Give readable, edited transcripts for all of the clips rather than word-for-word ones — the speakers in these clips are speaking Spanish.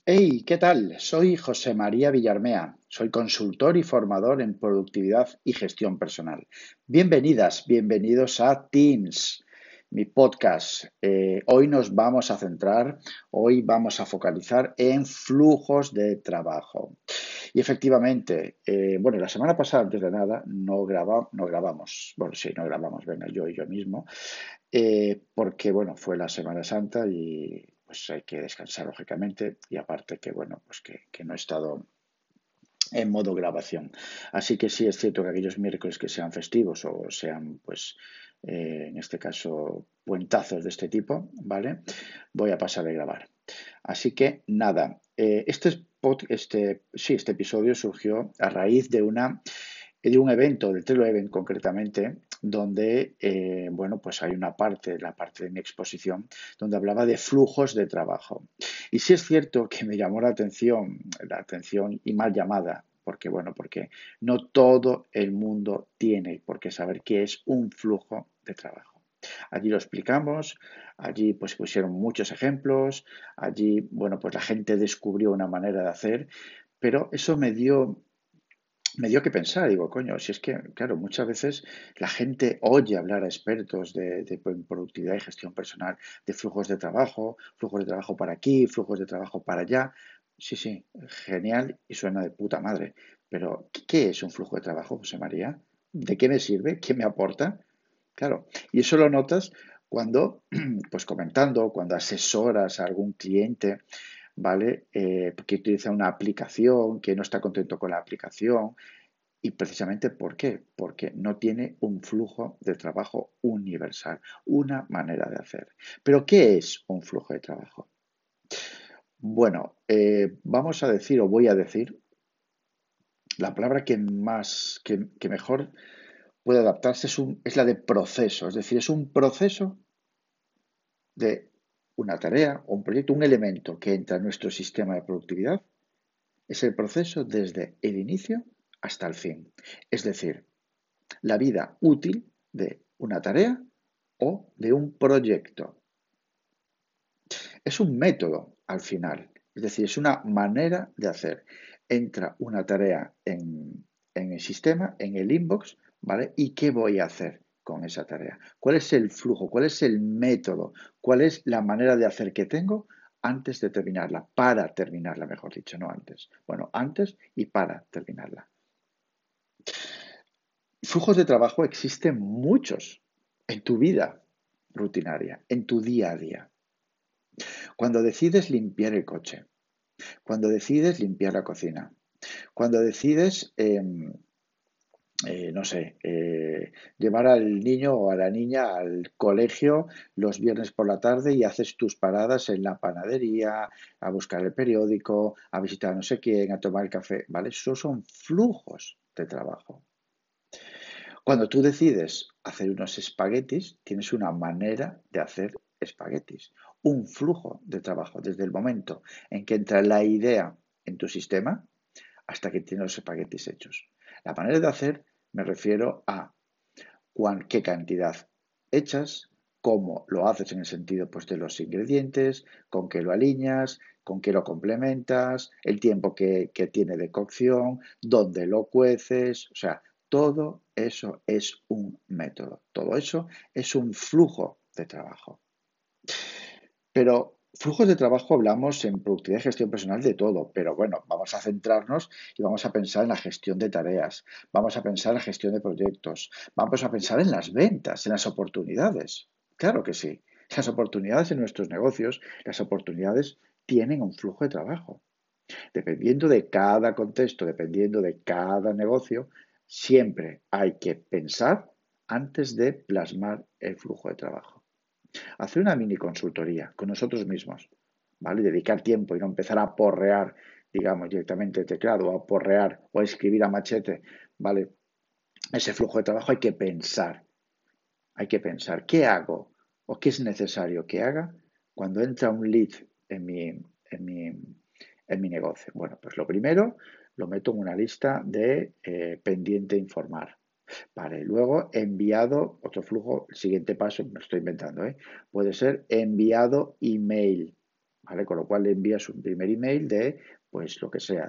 Hey, ¿qué tal? Soy José María Villarmea. Soy consultor y formador en productividad y gestión personal. Bienvenidas, bienvenidos a Teams, mi podcast. Hoy nos vamos a centrar, hoy vamos a focalizar en flujos de trabajo. Y efectivamente, bueno, la semana pasada, antes de nada, no grabamos, bueno, sí, no grabamos, venga, yo y yo mismo, porque bueno, fue la Semana Santa y pues hay que descansar lógicamente y aparte que bueno, pues que no he estado en modo grabación. Así que sí es cierto que aquellos miércoles que sean festivos o sean pues en este caso puentazos de este tipo, ¿vale? Voy a pasar a grabar. Así que nada, este episodio surgió a raíz de un evento, del Trello Event concretamente, donde, bueno, pues hay una parte, la parte de mi exposición, donde hablaba de flujos de trabajo. Y sí es cierto que me llamó la atención y mal llamada, porque, bueno, porque no todo el mundo tiene por qué saber qué es un flujo de trabajo. Allí lo explicamos, allí pues pusieron muchos ejemplos, allí, bueno, pues la gente descubrió una manera de hacer, pero eso me dio que pensar, digo, coño, si es que, claro, muchas veces la gente oye hablar a expertos de productividad y gestión personal, de flujos de trabajo para aquí, flujos de trabajo para allá. Sí, sí, genial y suena de puta madre. Pero, ¿qué es un flujo de trabajo, José María? ¿De qué me sirve? ¿Qué me aporta? Claro, y eso lo notas cuando, pues comentando, cuando asesoras a algún cliente, ¿vale? Que utiliza una aplicación, que no está contento con la aplicación. ¿Y precisamente por qué? Porque no tiene un flujo de trabajo universal, una manera de hacer. Pero, ¿qué es un flujo de trabajo? Bueno, vamos a decir o voy a decir la palabra que mejor puede adaptarse es la de proceso, es decir, es un proceso de una tarea o un proyecto, un elemento que entra en nuestro sistema de productividad, es el proceso desde el inicio hasta el fin. Es decir, la vida útil de una tarea o de un proyecto. Es un método al final, es decir, es una manera de hacer. Entra una tarea en el sistema, en el inbox, ¿vale? ¿Y qué voy a hacer con esa tarea? ¿Cuál es el flujo? ¿Cuál es el método? ¿Cuál es la manera de hacer que tengo antes de terminarla? Para terminarla, mejor dicho, no antes. Bueno, antes y para terminarla. Flujos de trabajo existen muchos en tu vida rutinaria, en tu día a día. Cuando decides limpiar el coche, cuando decides limpiar la cocina, cuando decides, no sé, llevar al niño o a la niña al colegio los viernes por la tarde y haces tus paradas en la panadería, a buscar el periódico, a visitar a no sé quién, a tomar el café, ¿vale? Esos son flujos de trabajo. Cuando tú decides hacer unos espaguetis, tienes una manera de hacer espaguetis, un flujo de trabajo desde el momento en que entra la idea en tu sistema hasta que tienes los espaguetis hechos. La manera de hacer me refiero a qué cantidad echas, cómo lo haces en el sentido pues, de los ingredientes, con qué lo alineas, con qué lo complementas, el tiempo que tiene de cocción, dónde lo cueces, o sea, todo eso es un método, todo eso es un flujo de trabajo. Pero flujos de trabajo hablamos en productividad y gestión personal de todo, pero bueno, vamos a centrarnos y vamos a pensar en la gestión de tareas, vamos a pensar en la gestión de proyectos, vamos a pensar en las ventas, en las oportunidades. Claro que sí. Las oportunidades en nuestros negocios, las oportunidades tienen un flujo de trabajo. Dependiendo de cada contexto, dependiendo de cada negocio, siempre hay que pensar antes de plasmar el flujo de trabajo. Hacer una mini consultoría con nosotros mismos, ¿vale? Dedicar tiempo y no empezar a porrear, digamos, directamente el teclado, o a porrear o a escribir a machete, ¿vale? Ese flujo de trabajo hay que pensar, ¿qué hago o qué es necesario que haga cuando entra un lead en mi, en mi negocio? Bueno, pues lo primero lo meto en una lista de pendiente informar. Vale, luego enviado, otro flujo, el siguiente paso, me lo estoy inventando, ¿eh? Puede ser enviado email, ¿vale? Con lo cual le envías un primer email de, pues lo que sea,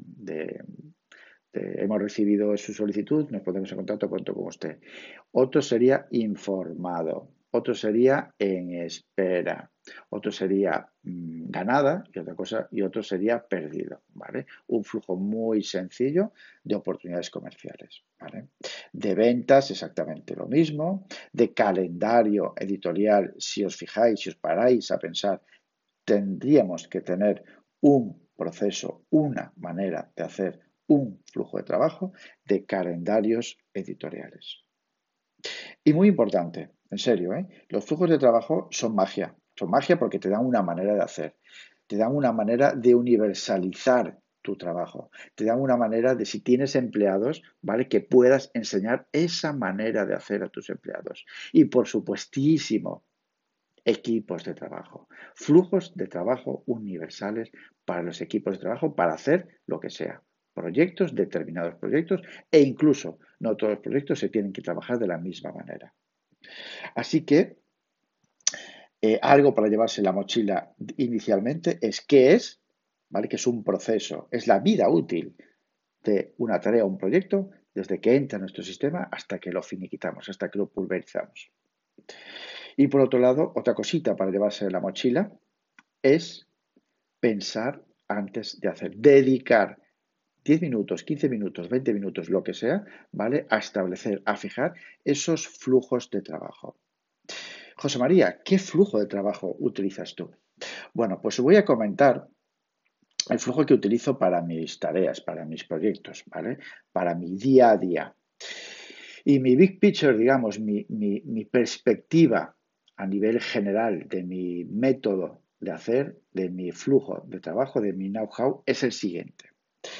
hemos recibido su solicitud, nos ponemos en contacto pronto con usted. Otro sería informado, otro sería en espera, otro sería ganada y otra cosa y otro sería perdido, ¿vale? Un flujo muy sencillo de oportunidades comerciales, ¿vale? De ventas exactamente lo mismo, de calendario editorial, si os fijáis, si os paráis a pensar, tendríamos que tener un proceso, una manera de hacer un flujo de trabajo de calendarios editoriales. Y muy importante, en serio, los flujos de trabajo son magia porque te dan una manera de hacer, te dan una manera de universalizar tu trabajo, te dan una manera de, si tienes empleados, ¿vale? Que puedas enseñar esa manera de hacer a tus empleados. Y por supuestísimo, equipos de trabajo, flujos de trabajo universales para los equipos de trabajo para hacer lo que sea, proyectos, determinados proyectos e incluso no todos los proyectos se tienen que trabajar de la misma manera. Así que algo para llevarse la mochila inicialmente es qué es, ¿vale? Que es un proceso, es la vida útil de una tarea o un proyecto desde que entra en nuestro sistema hasta que lo finiquitamos, hasta que lo pulverizamos. Y por otro lado, otra cosita para llevarse la mochila es pensar antes de hacer, dedicar 10 minutos, 15 minutos, 20 minutos, lo que sea, ¿vale? A establecer, a fijar esos flujos de trabajo. José María, ¿qué flujo de trabajo utilizas tú? Bueno, pues os voy a comentar el flujo que utilizo para mis tareas, para mis proyectos, ¿vale? Para mi día a día. Y mi big picture, digamos, mi perspectiva a nivel general de mi método de hacer, de mi flujo de trabajo, de mi know-how, es el siguiente.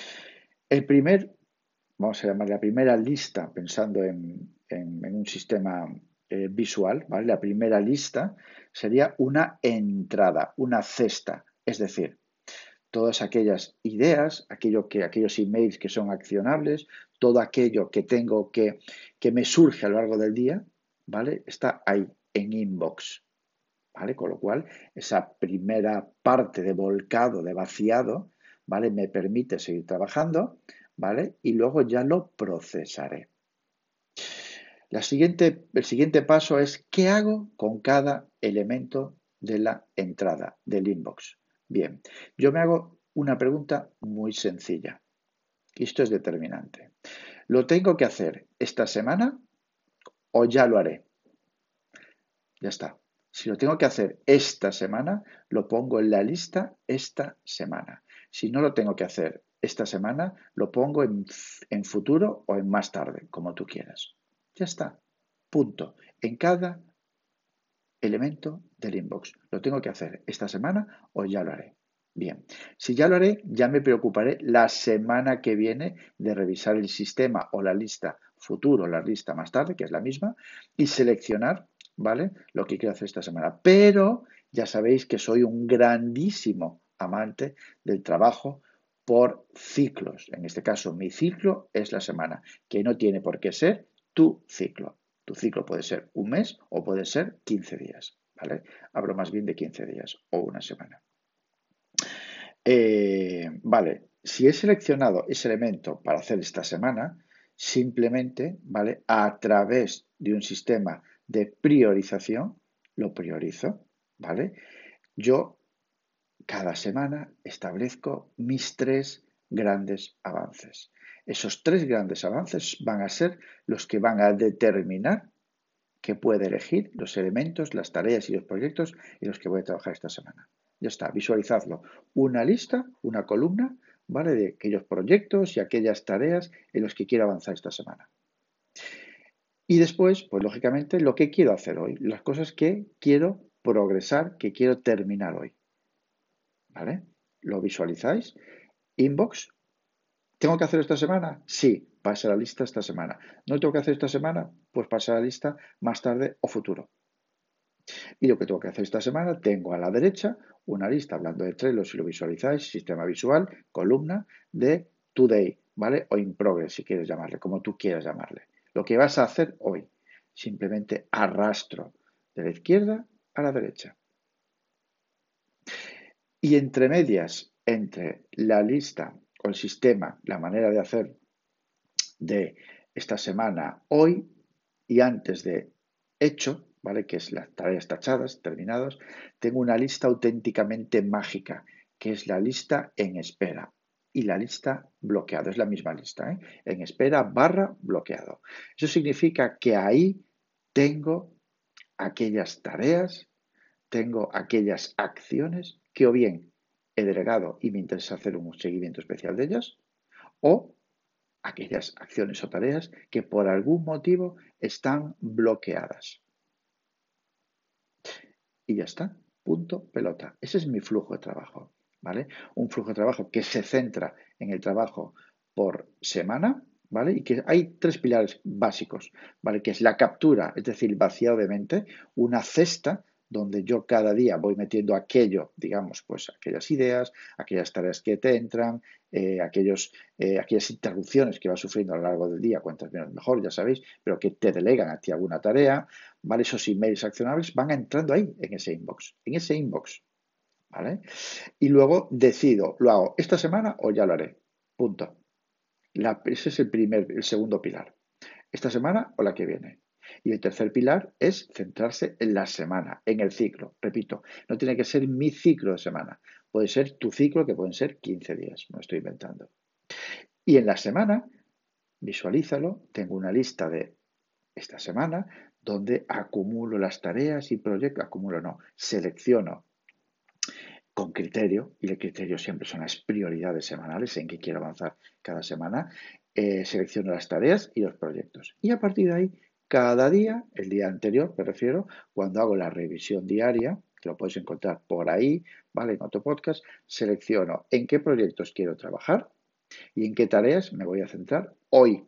Vamos a llamar la primera lista, pensando en un sistema visual, ¿vale? La primera lista sería una entrada, una cesta, es decir, todas aquellas ideas, aquellos emails que son accionables, todo aquello que tengo que me surge a lo largo del día, ¿vale? Está ahí en inbox, ¿vale? Con lo cual, esa primera parte de volcado, de vaciado, ¿vale? Me permite seguir trabajando, ¿vale? Y luego ya lo procesaré. El siguiente paso es ¿qué hago con cada elemento de la entrada del inbox? Bien, yo me hago una pregunta muy sencilla y esto es determinante. ¿Lo tengo que hacer esta semana o ya lo haré? Ya está. Si lo tengo que hacer esta semana, lo pongo en la lista esta semana. Si no lo tengo que hacer esta semana, lo pongo en futuro o en más tarde, como tú quieras. Ya está. Punto. En cada elemento del inbox. ¿Lo tengo que hacer esta semana o ya lo haré? Bien, si ya lo haré, ya me preocuparé la semana que viene de revisar el sistema o la lista futuro, la lista más tarde, que es la misma, y seleccionar, ¿vale? Lo que quiero hacer esta semana. Pero ya sabéis que soy un grandísimo amante del trabajo por ciclos. En este caso, mi ciclo es la semana, que no tiene por qué ser tu ciclo. Tu ciclo puede ser un mes o puede ser 15 días, ¿vale? Hablo más bien de 15 días o una semana. Vale, si he seleccionado ese elemento para hacer esta semana, simplemente, ¿vale? A través de un sistema de priorización, lo priorizo, ¿vale? Yo cada semana establezco mis 3 grandes avances. Esos 3 grandes avances van a ser los que van a determinar que puede elegir los elementos, las tareas y los proyectos en los que voy a trabajar esta semana. Ya está, visualizadlo. Una lista, una columna, ¿vale? De aquellos proyectos y aquellas tareas en los que quiero avanzar esta semana. Y después, pues lógicamente, lo que quiero hacer hoy, las cosas que quiero progresar, que quiero terminar hoy. ¿Vale? ¿Lo visualizáis? Inbox. ¿Tengo que hacer esta semana? Sí, pasa a la lista esta semana. ¿No tengo que hacer esta semana? Pues pasa a la lista más tarde o futuro. Y lo que tengo que hacer esta semana, tengo a la derecha una lista, hablando de Trello, si lo visualizáis, sistema visual, columna de Today, ¿vale? O in progress, si quieres llamarle, como tú quieras llamarle. Lo que vas a hacer hoy, simplemente arrastro de la izquierda a la derecha. Y entre medias, entre la lista o el sistema, la manera de hacer de esta semana hoy y antes de hecho, ¿vale? Que es las tareas tachadas, terminadas, tengo una lista auténticamente mágica, que es la lista en espera y la lista bloqueado. Es la misma lista, ¿eh? En espera barra bloqueado. Eso significa que ahí tengo aquellas tareas, tengo aquellas acciones que o bien he delegado y me interesa hacer un seguimiento especial de ellas, o aquellas acciones o tareas que por algún motivo están bloqueadas. Y ya está, punto, pelota. Ese es mi flujo de trabajo, ¿vale? Un flujo de trabajo que se centra en el trabajo por semana, ¿vale? Y que hay tres pilares básicos, ¿vale? Que es la captura, es decir, vaciado de mente, una cesta donde yo cada día voy metiendo aquello, digamos, pues aquellas ideas, aquellas tareas que te entran, aquellas interrupciones que vas sufriendo a lo largo del día, cuantas menos mejor, ya sabéis, pero que te delegan a ti alguna tarea, ¿vale? Esos emails accionables van entrando ahí, en ese inbox, ¿vale? Y luego decido, ¿lo hago esta semana o ya lo haré? Punto. Ese es el segundo pilar. ¿Esta semana o la que viene? Y el tercer pilar es centrarse en la semana, en el ciclo. Repito, no tiene que ser mi ciclo de semana. Puede ser tu ciclo, que pueden ser 15 días. No estoy inventando. Y en la semana, visualízalo. Tengo una lista de esta semana donde acumulo las tareas y proyectos. Acumulo no, selecciono con criterio, y el criterio siempre son las prioridades semanales en que quiero avanzar cada semana, selecciono las tareas y los proyectos. Y a partir de ahí, cada día, el día anterior, me refiero, cuando hago la revisión diaria, que lo puedes encontrar por ahí, ¿vale? En otro podcast, selecciono en qué proyectos quiero trabajar y en qué tareas me voy a centrar hoy.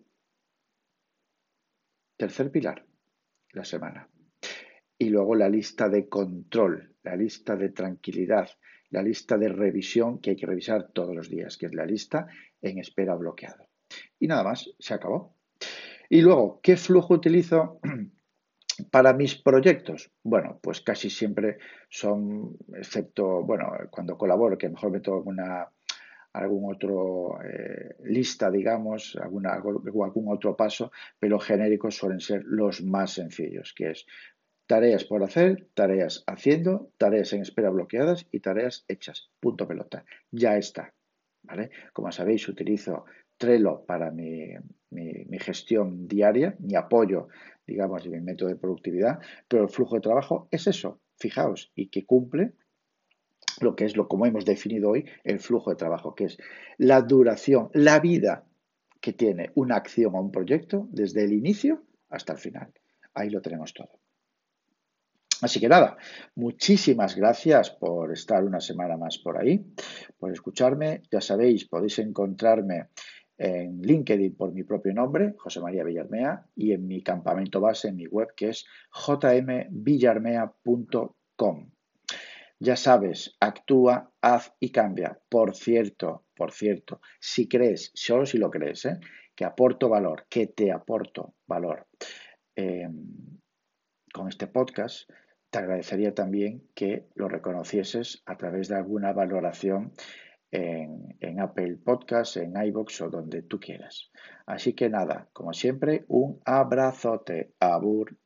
Tercer pilar, la semana. Y luego la lista de control, la lista de tranquilidad, la lista de revisión que hay que revisar todos los días, que es la lista en espera bloqueado. Y nada más, se acabó. Y luego, ¿qué flujo utilizo para mis proyectos? Bueno, pues casi siempre son, excepto, bueno, cuando colaboro, que mejor me tomo algún otro lista, digamos, algún otro paso, pero genéricos suelen ser los más sencillos, que es tareas por hacer, tareas haciendo, tareas en espera bloqueadas y tareas hechas. Punto pelota. Ya está. ¿Vale? Como sabéis, utilizo Trello para mi gestión diaria, mi apoyo, digamos, de mi método de productividad, pero el flujo de trabajo es eso, fijaos, y que cumple lo que es lo como hemos definido hoy, el flujo de trabajo, que es la duración, la vida que tiene una acción o un proyecto desde el inicio hasta el final. Ahí lo tenemos todo. Así que nada, muchísimas gracias por estar una semana más por ahí, por escucharme. Ya sabéis, podéis encontrarme en LinkedIn por mi propio nombre, José María Villarmea, y en mi campamento base, en mi web, que es jmvillarmea.com. Ya sabes, actúa, haz y cambia. Por cierto, si crees, solo si lo crees, que aporto valor, que te aporto valor con este podcast, te agradecería también que lo reconocieses a través de alguna valoración en Apple Podcasts, en iVoox o donde tú quieras. Así que nada, como siempre, un abrazote. Abur.